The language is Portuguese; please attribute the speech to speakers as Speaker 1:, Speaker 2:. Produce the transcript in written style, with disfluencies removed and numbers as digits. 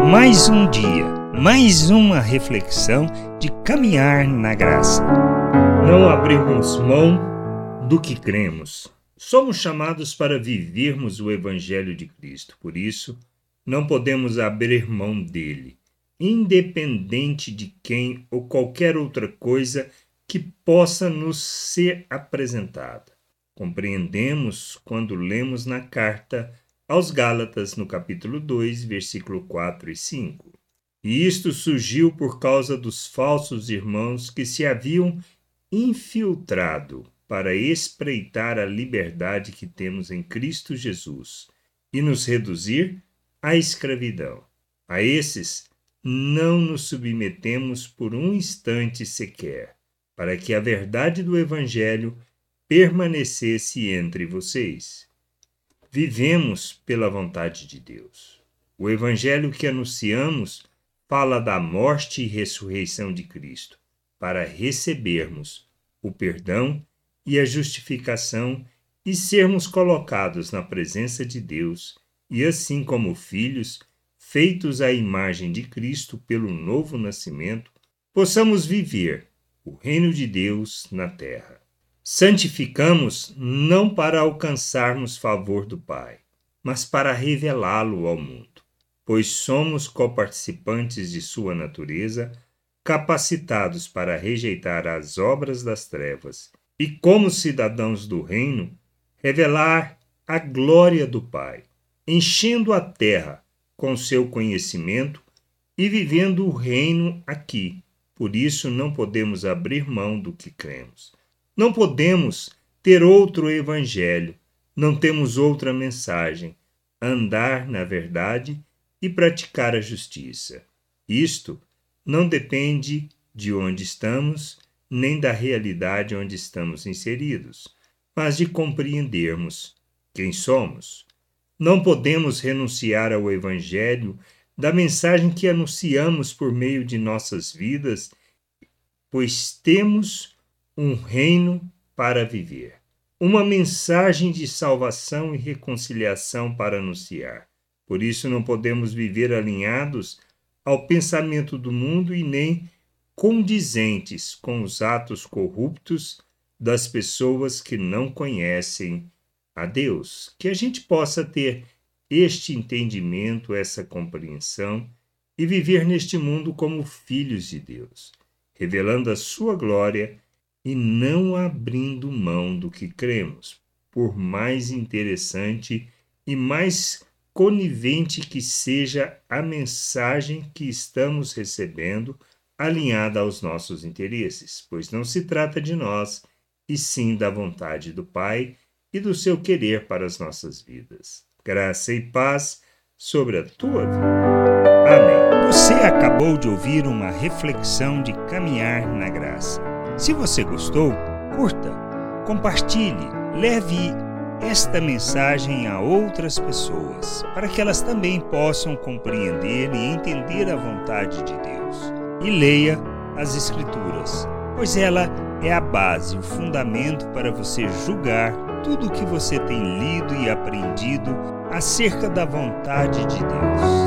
Speaker 1: Mais um dia, mais uma reflexão de caminhar na graça. Não abrirmos mão do que cremos. Somos chamados para vivermos o Evangelho de Cristo, por isso não podemos abrir mão dele, independente de quem ou qualquer outra coisa que possa nos ser apresentada. Compreendemos quando lemos na carta aos Gálatas, no capítulo 2, versículo 4 e 5. E isto surgiu por causa dos falsos irmãos que se haviam infiltrado para espreitar a liberdade que temos em Cristo Jesus e nos reduzir à escravidão. A esses não nos submetemos por um instante sequer, para que a verdade do Evangelho permanecesse entre vocês. Vivemos pela vontade de Deus. O Evangelho que anunciamos fala da morte e ressurreição de Cristo, para recebermos o perdão e a justificação e sermos colocados na presença de Deus e, assim como filhos, feitos à imagem de Cristo pelo novo nascimento, possamos viver o reino de Deus na terra. Santificamos não para alcançarmos favor do Pai, mas para revelá-lo ao mundo, pois somos coparticipantes de sua natureza, capacitados para rejeitar as obras das trevas e, como cidadãos do reino, revelar a glória do Pai, enchendo a terra com seu conhecimento e vivendo o reino aqui. Por isso não podemos abrir mão do que cremos. Não podemos ter outro evangelho, não temos outra mensagem, andar na verdade e praticar a justiça. Isto não depende de onde estamos, nem da realidade onde estamos inseridos, mas de compreendermos quem somos. Não podemos renunciar ao evangelho da mensagem que anunciamos por meio de nossas vidas, pois temos um reino para viver, uma mensagem de salvação e reconciliação para anunciar. Por isso não podemos viver alinhados ao pensamento do mundo e nem condizentes com os atos corruptos das pessoas que não conhecem a Deus. Que a gente possa ter este entendimento, essa compreensão e viver neste mundo como filhos de Deus, revelando a sua glória e não abrindo mão do que cremos, por mais interessante e mais conivente que seja a mensagem que estamos recebendo, alinhada aos nossos interesses, pois não se trata de nós, e sim da vontade do Pai e do seu querer para as nossas vidas. Graça e paz sobre a tua vida. Amém. Você acabou de ouvir uma reflexão de caminhar na graça. Se você gostou, curta, compartilhe, leve esta mensagem a outras pessoas, para que elas também possam compreender e entender a vontade de Deus. E leia as Escrituras, pois ela é a base, o fundamento para você julgar tudo o que você tem lido e aprendido acerca da vontade de Deus.